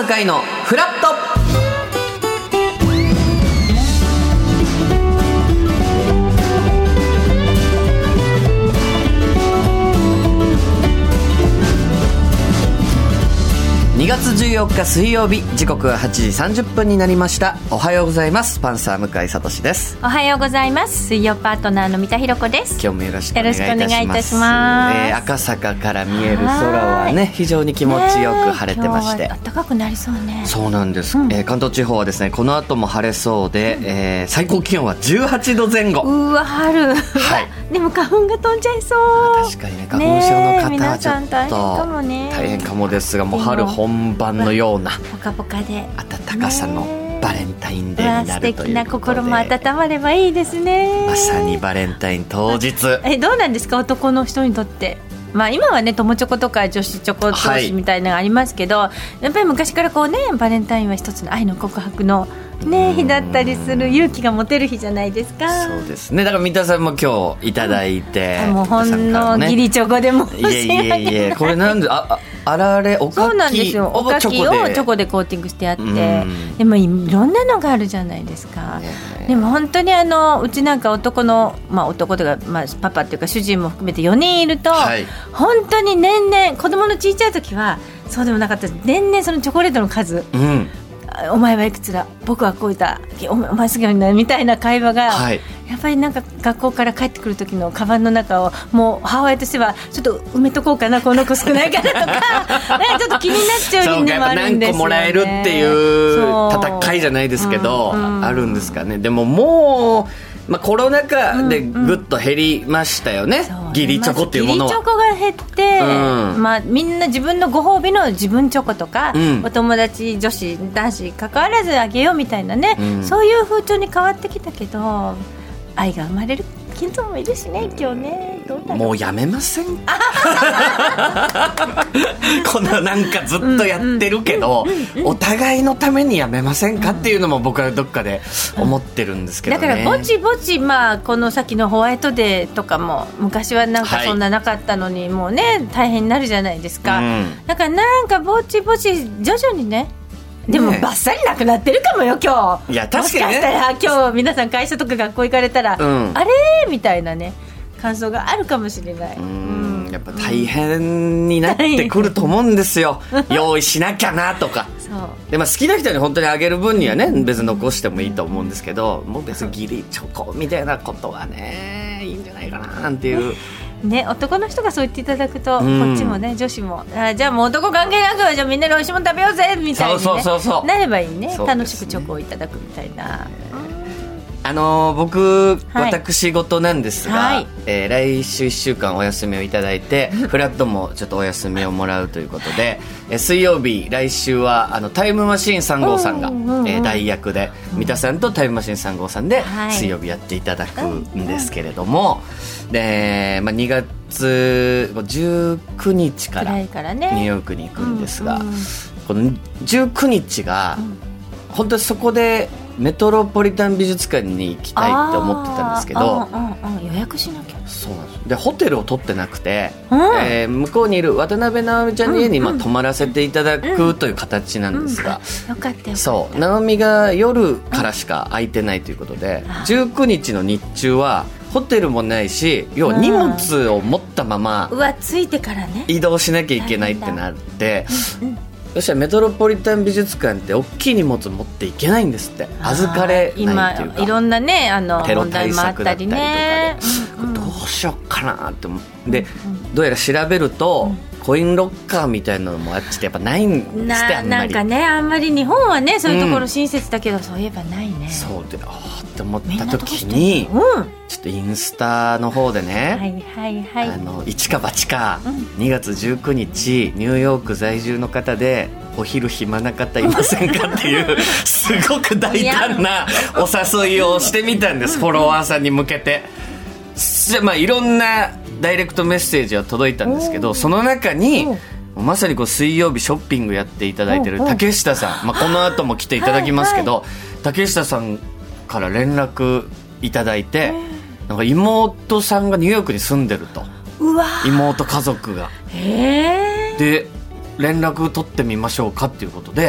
向井のフラット。2月14日水曜日、時刻は8時30分になりました。おはようございます。パンサー向井聡です。 おはようございます。水曜パートナーの三田寛子です。 今日もよろしくお願いいたします。赤坂から見える空はね、非常に気持ちよく晴れてまして、 暖かくなりそうね。 そうなんです、関東地方はですね、この後も晴れそうで、最高気温は18度前後。 うわ、春、はい、でも花粉が飛んじゃいそう。 確かにね、花粉症の方はちょっと大変かもね。 大変かもですが、もう春本番のようなポカポカで暖かさのバレンタインデーになるということで、 素敵な心も温まればいいですね。 まさにバレンタイン当日。 どうなんですか、男の人にとって。まあ、今はね、友チョコとか女子チョコ同士みたいなのがありますけど、やっぱり昔からこうね、バレンタインは一つの愛の告白のね、日だったりする、勇気が持てる日じゃないですか。 そうですね。だから三田さんも今日いただいて、 もうほんの義理チョコでもいえこれなんであられおかき、 そうなんですよ。おかきをチョコでコーティングしてあって、でもいろんなのがあるじゃないですか。でも本当にうちなんか男の、男とか、パパっていうか主人も含めて4人いると、本当に年々、子供の小さい時はそうでもなかったです。年々そのチョコレートの数、お前はいくつだ、僕はこうだ、お前すげえなみたいな会話が、やっぱりなんか学校から帰ってくる時のカバンの中を、もう母親としてはちょっと埋めとこうかな、この子少ないかなとかちょっと気になっちゃう日でもあるんですよね。 何個もらえるっていう戦いじゃないですけど、あるんですかね。でももう、コロナ禍でぐっと減りましたよね、義理チョコっていうものは。義理チョコが減って、みんな自分のご褒美の自分チョコとか、お友達女子男子関わらずあげようみたいなね、そういう風潮に変わってきたけど、愛が生まれる人もいるしね。今日ね、どうだろう。 もうやめませんこのなんかずっとやってるけど、お互いのためにやめませんかっていうのも僕はどっかで思ってるんですけどね。 だからぼちぼち、この先のホワイトデーとかも昔はなんかそんななかったのに、もうね大変になるじゃないですか、だからなんかぼちぼち徐々にね。でもバッサリなくなってるかもよ今日。 いや確かにね、 もしかしたら今日皆さん会社とか学校行かれたら、あれみたいなね感想があるかもしれない。 やっぱ大変になってくると思うんですよ用意しなきゃなとか。そうで、好きな人に本当にあげる分にはね、別に残してもいいと思うんですけど、もう別に義理チョコみたいなことはね、いいんじゃないかななんていうね、男の人がそう言っていただくと、こっちもね、女子もじゃあもう男関係なく、じゃあみんなでおいしいもの食べようぜみたいに、ね、なればいいね。楽しくチョコをいただくみたいな。 僕、私事なんですが、来週1週間お休みをいただいてフラットもちょっとお休みをもらうということで、水曜日来週はタイムマシーン3号さんが、代役で三田さんとタイムマシーン3号さんで水曜日やっていただくんですけれども、で、2月19日からニューヨークに行くんですが、この19日が本当にそこでメトロポリタン美術館に行きたいって思ってたんですけど、 予約しなきゃ。 そうなんです。でホテルを取ってなくて、向こうにいる渡辺直美ちゃんの家に泊まらせていただくという形なんですが、 よかったよ。 そう直美が夜からしか空いてないということで、19日の日中はホテルもないし、要は荷物を持ったままついてからね移動しなきゃいけないってなって、そしたらメトロポリタン美術館って大きい荷物持っていけないんですって。預かれないというか、 今いろんなねテロ対策だったりとかで、 問題もあったりね、 どうしようかなって思って、どうやら調べると、コインロッカーみたいなのもあっちってやっぱないんですって。 なんかね、あんまり日本はねそういうところ親切だけど、そういえばないね。 そうで、って思った時に、ちょっとインスタの方でね、一か八か、2月19日ニューヨーク在住の方でお昼暇な方いませんかっていうすごく大胆なお誘いをしてみたんです、フォロワーさんに向けて。いろんなダイレクトメッセージは届いたんですけど、その中にまさに水曜日ショッピングやっていただいてる竹下さん、この後も来ていただきますけど、竹下さんから連絡いただいて、なんか妹さんがニューヨークに住んでると。妹家族がで連絡取ってみましょうかっていうことで、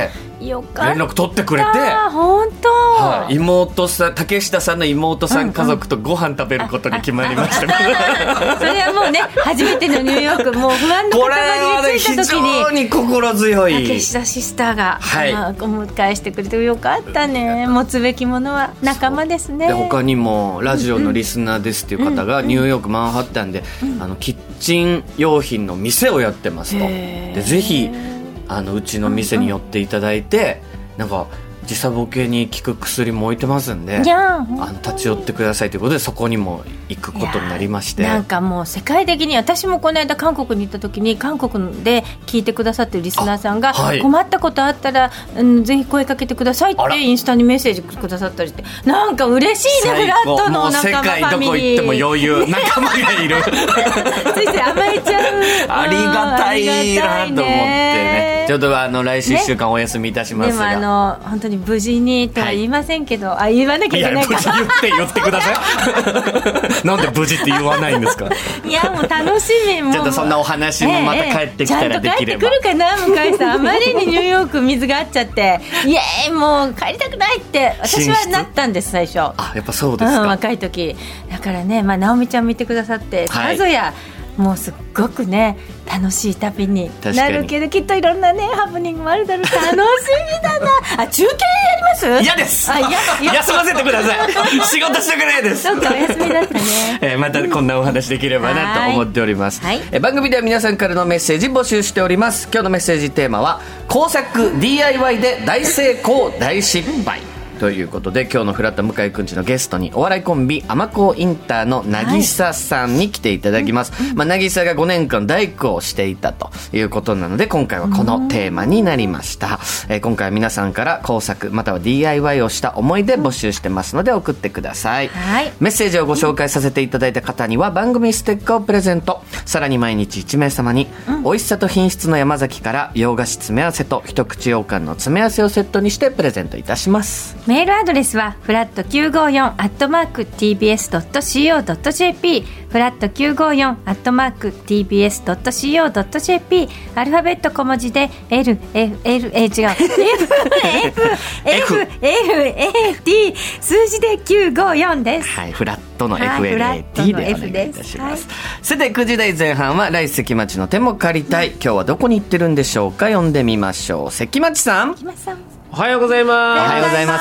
よかった。 連絡取ってくれて、 本当、 はい、妹さん、竹下さんの妹さん家族とご飯食べることに決まりました、それはもうね、初めてのニューヨーク、もう不安の塊についた時に、 非常に心強い竹下シスターが、 はい、 お迎えしてくれてよかったね。持つべきものは仲間ですね。 で他にもラジオのリスナーですっていう方がニューヨークマンハッタンで、キッチン用品の店をやってますと。でぜひうちの店に寄っていただいて、なんか時差ボケに効く薬も置いてますんで、立ち寄ってくださいということで、そこにも行くことになりまして、 なんかもう世界的に、私もこの間韓国に行った時に、韓国で聞いてくださってるリスナーさんが、はい、困ったことあったら、ぜひ声かけてくださいってインスタにメッセージくださったりして、なんか嬉しいね。フラットの仲間ファミリー、もう世界どこ行っても余裕仲間がいるついつい甘えちゃうありがたいなと思ってね。ちょっと来週1週間お休みいたしますが、 でも本当に無事にとは言いませんけど、はい、言わなきゃいけないか。 無事言ってくださいなんで無事って言わないんですか。 いやもう楽しみ。もちょっとそんなお話もまた帰ってきたらできれば、 ちゃんと帰ってくるかな向井さん。あまりにニューヨーク水があっちゃってイエーイもう帰りたくないって私はなったんです最初。 やっぱそうですか、 若い時だからね。直美ちゃん見てくださって、さぞやもうすっごくね楽しい旅になるけど、きっといろんなねハプニングもあるだろう。楽しみだな。中継やります？ 嫌です。休ませてください仕事したくないです。 そうか、お休みだったねまたこんなお話できればなと思っております、はい。番組では皆さんからのメッセージ募集しております。今日のメッセージテーマは工作 DIY で大成功大失敗ということで、今日のフラット向井くんちのゲストにお笑いコンビアマコインターの渚さんに来ていただきます、渚が5年間大工をしていたということなので、今回はこのテーマになりました、今回は皆さんから工作または DIY をした思い出募集してますので送ってください、はい、メッセージをご紹介させていただいた方には番組ステッカーをプレゼント。さらに毎日1名様に、美味しさと品質の山崎から洋菓子詰め合わせと一口羊羹の詰め合わせをセットにしてプレゼントいたします。 メールアドレスはフラット 954@tbs.co.jp フラット 954@tbs.co.jp アルファベット小文字で FLFD 数字で954です。 はい、フラットの FLAD でお願いいたします、さて9時台前半は来関町の手も借りたい。今日はどこに行ってるんでしょうか。呼んでみましょう。関町さん。 おはようございます。 おはようございます。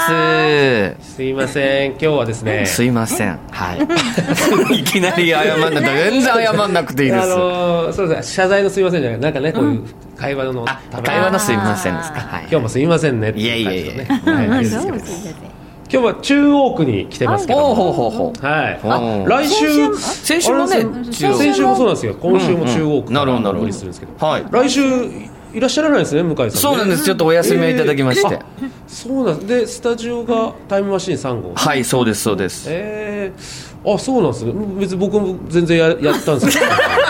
すいません、今日はですね。 すいません、はいいきなり謝んなくて全然謝んなくていいです。 そうです、謝罪のすいませんじゃない、なんかね、こういう会話の会話のすいませんですか、はい、 今日もすいませんねっていう感じのね。今日は中央区に来てますけど、はい、来週先週もね、 先週もそうなんですよ。今週も中央区からお送りするんですけど、来週いらっしゃらないですね、向井さんね。 そうなんです、ちょっとお休みをいただきまして、 そうなんで、スタジオがタイムマシーン3号。 はい、そうですそうです。 そうなんですね。別に僕も全然やったんですけど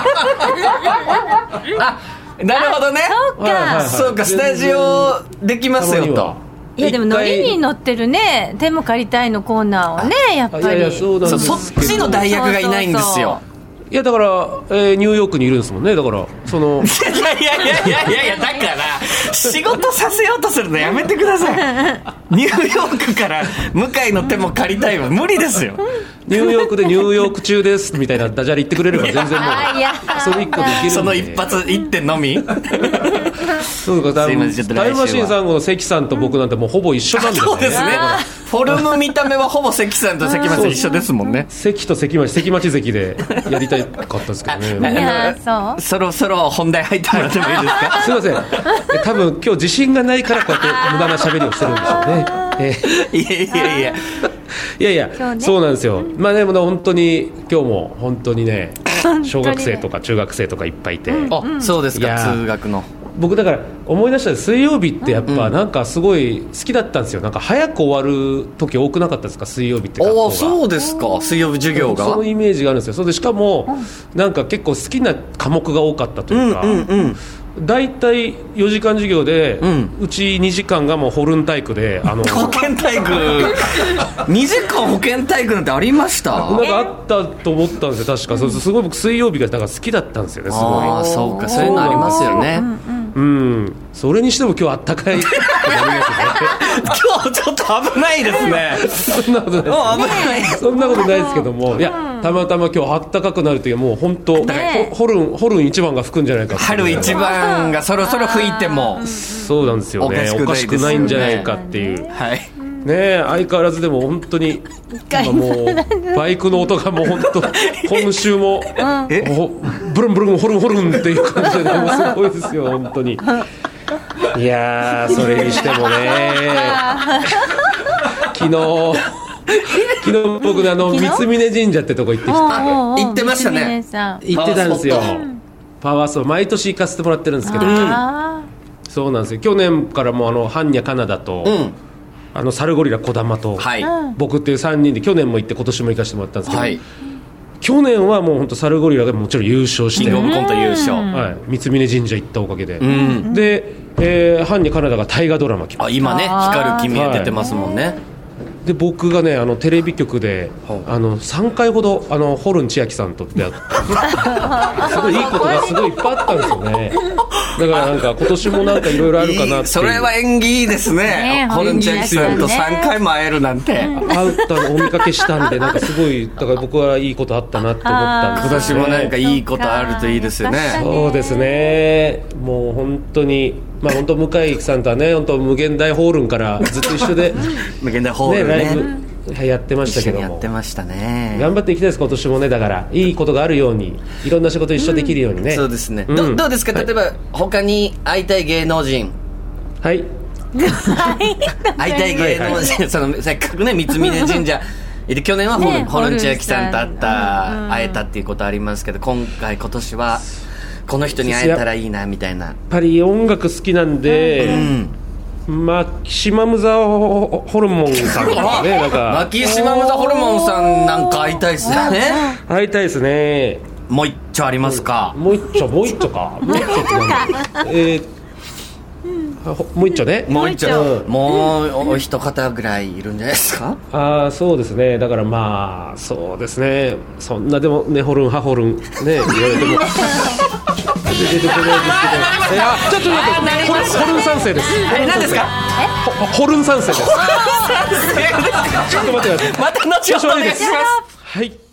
なるほどね。そうか、スタジオできますよと。 いやでもノリに乗ってるね、手も借りたいのコーナーをね、やっぱりそっちの代役がいないんですよ。 いやだから、ニューヨークにいるんですもんね。だからそのいやだから仕事させようとするのやめてくださいニューヨークから向井の手も借りたいは無理ですよ。 ニューヨークでニューヨーク中ですみたいなダジャレ言ってくれれば全然もうそれ一個できるんで、 その一発一点のみそうか、タイムマシーン3号の関さんと僕なんてもうほぼ一緒なんですね。 そうですね、フォルム見た目はほぼ関さんと関町さん一緒ですもんね。 関と関町関でやりたかったですけどねいやそろそろ本題入ってもらってもいいですかすいません、多分今日自信がないからこうやって無駄な喋りをしてるんでしょうねいや、そうなんですよ。まあでも本当に今日も本当にね、小学生とか中学生とかいっぱいいて、 そうですか。通学の僕だから思い出したら、水曜日ってやっぱなんかすごい好きだったんですよ。なんか早く終わる時多くなかったですか、水曜日って学校が。 そうですか、水曜日授業がそのイメージがあるんですよ。それでしかもなんか結構好きな科目が多かったというか、だいたい4時間授業で、うち2時間がもうホルン体育で保健体育2時間保健体育なんてありました？ なんかあったと思ったんですよ、確か。すごい僕水曜日がだから好きだったんですよね、すごい。 そうか、そういうのありますよね。 それにしても今日あったかいってなるやつね今日ちょっと危ないですね。 そんなことないです、そんなことないですけども、いやたまたま今日あったかくなるというもう本当、ホルン一番が吹くんじゃないかって、 春一番がそろそろ吹いてもそうなんですよね、おかしくないんじゃないかっていう、 はいね、相変わらずでも本当に今もうバイクの音がもう本当今週もブルンブルンホルンホルンっていう感じで、もうすごいですよ本当に。いやそれにしてもね昨日僕の三峯神社ってとこ行ってきて、 行ってましたね。 行ってたんですよ。パワースポット毎年行かせてもらってるんですけど、そうなんですよ。去年からも般若カナダと、サルゴリラ児玉と、僕っていう3人で去年も行って今年も行かせてもらったんですけど、去年はもう本当サルゴリラがもちろん優勝して、 キングオブコント優勝、 三峯神社行ったおかげで、で、般若カナダが大河ドラマ来ました。 今ね光る君出てますもんね。 で僕がねテレビ局で3回ほどホルン千秋さんと出会ってすごいいいことがすごいいっぱいあったんですよね。だからなんか今年もなんかいろいろあるかなっていう。 それは縁起いいですね。ホルン千秋さんと3回も会えるなんて、 お見かけしたんでなんかすごい、だから僕はいいことあったなって思ったんですよね。 今年もなんかいいことあるといいですよね。 そうですね、もう本当に本当向井さんとはね本当無限大ホールンからずっと一緒で無限大ホールンね、 ライブやってましたけども、 一緒にやってましたね。 頑張っていきたいです今年もね。だからいいことがあるようにいろんな仕事一緒できるようにね、 そうですね、どうですか、例えば他に会いたい芸能人、 はい会いたい芸能人、せっかくね三峯神社去年はホルン千秋さんと会えたっていうことありますけど、今年はこの人に会えたらいいなみたいな。やっぱり音楽好きなんで、島ムザホルモンさんとかね、なんかマキシマムザホルモンさんなんか会いたいですよね。 会いたいですね。 もう一丁ありますか。 もう一丁かもう一丁ってもう一丁ね。 もう一丁、もうお一方ぐらいいるんじゃないですか。 そうですね。だからそうですね。そんなでもねホルンハホルンね言われても出てこないですけど、ちょっと待って、ホルン賛成です。 何ですか。 ホルン賛成です。ちょっと待ってください。 また後ほどお願いします。 はい。